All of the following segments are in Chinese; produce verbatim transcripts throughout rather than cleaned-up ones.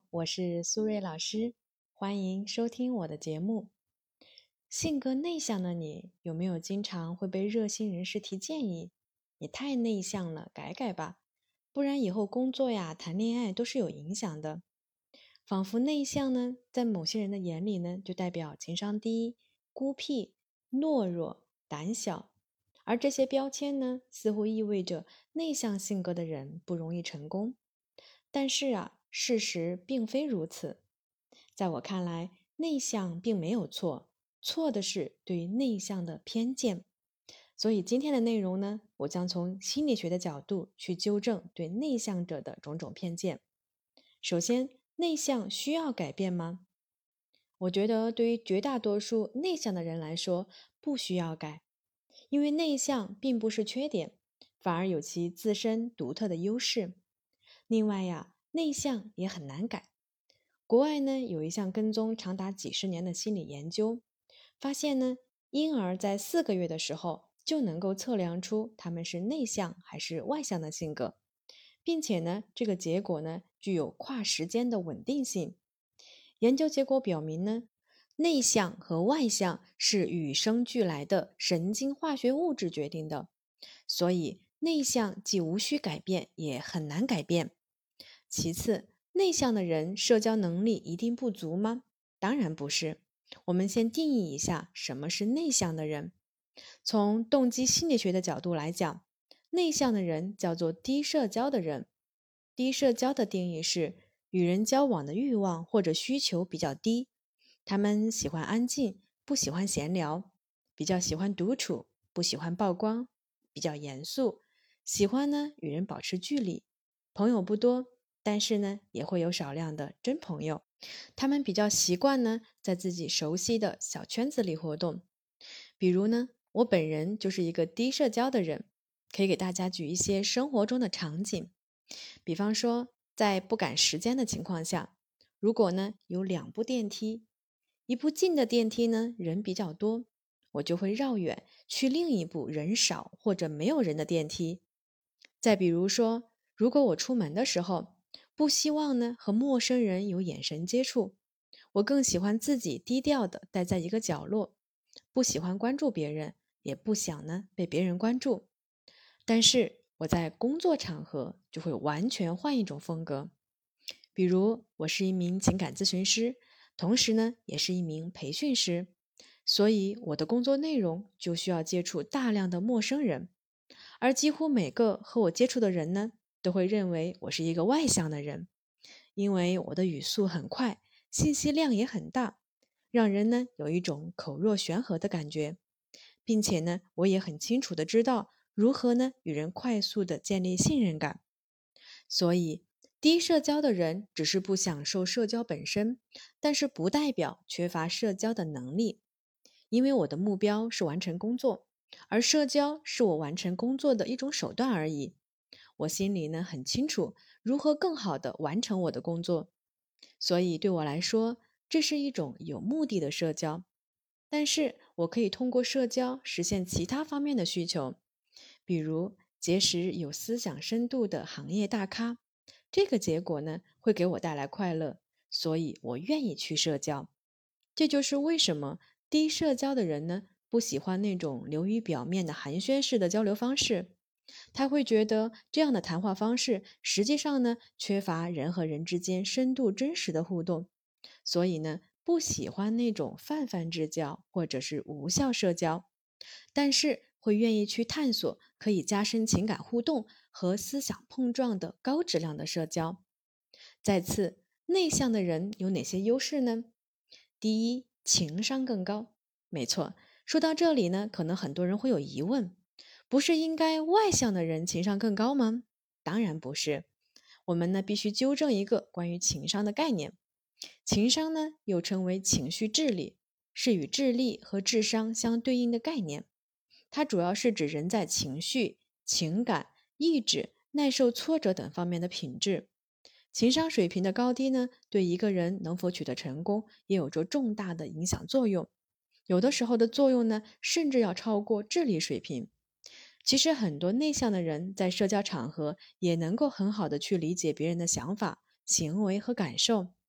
我是苏瑞老师，欢迎收听我的节目。性格内向的你，有没有经常会被热心人士提建议？你太内向了，改改吧，不然以后工作呀、谈恋爱都是有影响的。仿佛内向呢，在某些人的眼里呢，就代表情商低、孤僻、懦弱、胆小，而这些标签呢，似乎意味着内向性格的人不容易成功。但是啊，事实并非如此。在我看来，内向并没有错，错的是对内向的偏见。所以今天的内容呢，我将从心理学的角度去纠正对内向者的种种偏见。首先，内向需要改变吗？我觉得对于绝大多数内向的人来说，不需要改，因为内向并不是缺点，反而有其自身独特的优势。另外呀，内向也很难改。国外呢有一项跟踪长达几十年的心理研究，发现呢，婴儿在四个月的时候就能够测量出他们是内向还是外向的性格，并且呢，这个结果呢具有跨时间的稳定性。研究结果表明呢，内向和外向是与生俱来的神经化学物质决定的，所以内向既无需改变，也很难改变。其次，内向的人社交能力一定不足吗？当然不是。我们先定义一下什么是内向的人。从动机心理学的角度来讲，内向的人叫做低社交的人。低社交的定义是与人交往的欲望或者需求比较低，他们喜欢安静，不喜欢闲聊，比较喜欢独处，不喜欢曝光，比较严肃，喜欢呢与人保持距离，朋友不多，但是呢也会有少量的真朋友。他们比较习惯呢在自己熟悉的小圈子里活动。比如呢，我本人就是一个低社交的人，可以给大家举一些生活中的场景。比方说，在不赶时间的情况下，如果呢有两部电梯，一部近的电梯呢人比较多，我就会绕远去另一部人少或者没有人的电梯。再比如说，如果我出门的时候不希望呢和陌生人有眼神接触，我更喜欢自己低调的待在一个角落，不喜欢关注别人，也不想呢被别人关注。但是我在工作场合就会完全换一种风格，比如我是一名情感咨询师，同时呢也是一名培训师，所以我的工作内容就需要接触大量的陌生人，而几乎每个和我接触的人呢，都会认为我是一个外向的人，因为我的语速很快，信息量也很大，让人呢有一种口若悬河的感觉，并且呢，我也很清楚的知道如何呢与人快速的建立信任感。所以，低社交的人只是不享受社交本身，但是不代表缺乏社交的能力。因为我的目标是完成工作，而社交是我完成工作的一种手段而已。我心里呢很清楚如何更好的完成我的工作，所以对我来说，这是一种有目的的社交。但是我可以通过社交实现其他方面的需求，比如结识有思想深度的行业大咖，这个结果呢会给我带来快乐，所以我愿意去社交。这就是为什么低社交的人呢不喜欢那种流于表面的寒暄式的交流方式，他会觉得这样的谈话方式实际上呢缺乏人和人之间深度真实的互动，所以呢不喜欢那种泛泛之交或者是无效社交，但是会愿意去探索可以加深情感互动和思想碰撞的高质量的社交。再次，内向的人有哪些优势呢？第一，情商更高。没错，说到这里呢，可能很多人会有疑问，不是应该外向的人情商更高吗？当然不是。我们呢必须纠正一个关于情商的概念。情商呢又称为情绪智力，是与智力和智商相对应的概念。它主要是指人在情绪、情感、意志、耐受挫折等方面的品质。情商水平的高低呢，对一个人能否取得成功也有着重大的影响作用。有的时候的作用呢，甚至要超过智力水平。其实很多内向的人在社交场合也能够很好的去理解别人的想法、行为和感受，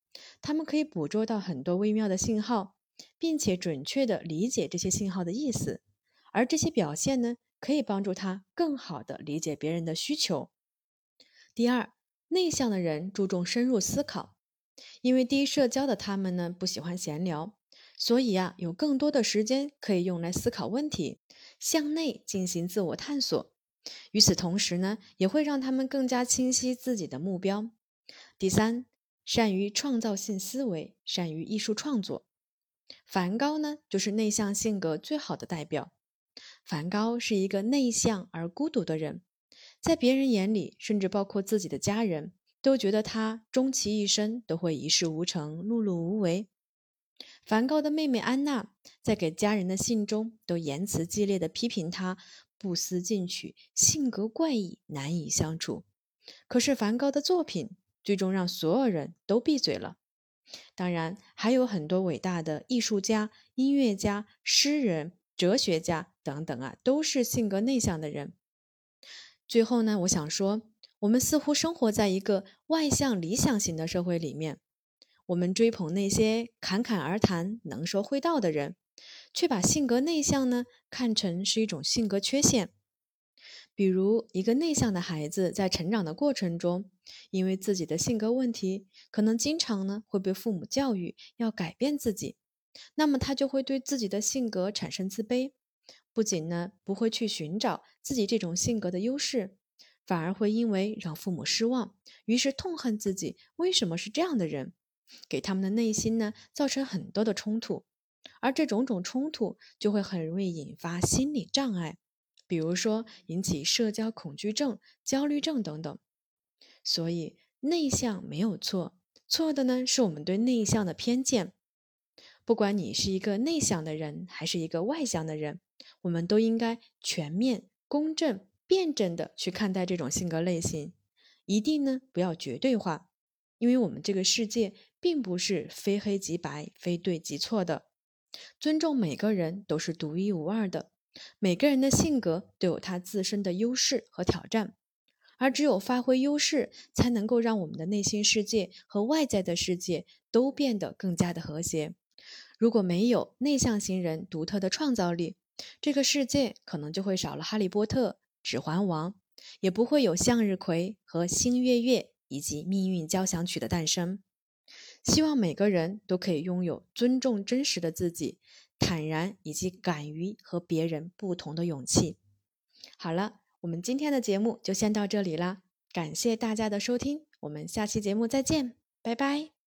他们可以捕捉到很多微妙的信号，并且准确地理解这些信号的意思，而这些表现呢，可以帮助他更好地理解别人的需求。第二，内向的人注重深入思考，因为低社交的他们呢，不喜欢闲聊，所以啊，有更多的时间可以用来思考问题，向内进行自我探索。与此同时呢，也会让他们更加清晰自己的目标。第三，善于创造性思维，善于艺术创作。梵高呢，就是内向性格最好的代表。梵高是一个内向而孤独的人，在别人眼里，甚至包括自己的家人，都觉得他终其一生都会一事无成、碌碌无为。梵高的妹妹安娜在给家人的信中都言辞激烈地批评他不思进取、性格怪异、难以相处。可是梵高的作品最终让所有人都闭嘴了。当然，还有很多伟大的艺术家、音乐家、诗人、哲学家等等啊，都是性格内向的人。最后呢，我想说，我们似乎生活在一个外向理想型的社会里面，我们追捧那些侃侃而谈、能说会道的人，却把性格内向呢看成是一种性格缺陷。比如，一个内向的孩子在成长的过程中，因为自己的性格问题，可能经常呢会被父母教育要改变自己，那么他就会对自己的性格产生自卑，不仅呢不会去寻找自己这种性格的优势，反而会因为让父母失望，于是痛恨自己为什么是这样的人，给他们的内心呢造成很多的冲突，而这种种冲突就会很容易引发心理障碍。比如说引起社交恐惧症、焦虑症等等。所以内向没有错，错的呢是我们对内向的偏见。不管你是一个内向的人还是一个外向的人，我们都应该全面、公正、辩证地去看待这种性格类型，一定呢不要绝对化，因为我们这个世界并不是非黑即白、非对即错的。尊重每个人都是独一无二的。每个人的性格都有他自身的优势和挑战，而只有发挥优势，才能够让我们的内心世界和外在的世界都变得更加的和谐。如果没有内向型人独特的创造力，这个世界可能就会少了哈利波特、指环王，也不会有向日葵和星月月以及命运交响曲的诞生。希望每个人都可以拥有尊重真实的自己，坦然以及敢于和别人不同的勇气。好了，我们今天的节目就先到这里啦，感谢大家的收听，我们下期节目再见，拜拜。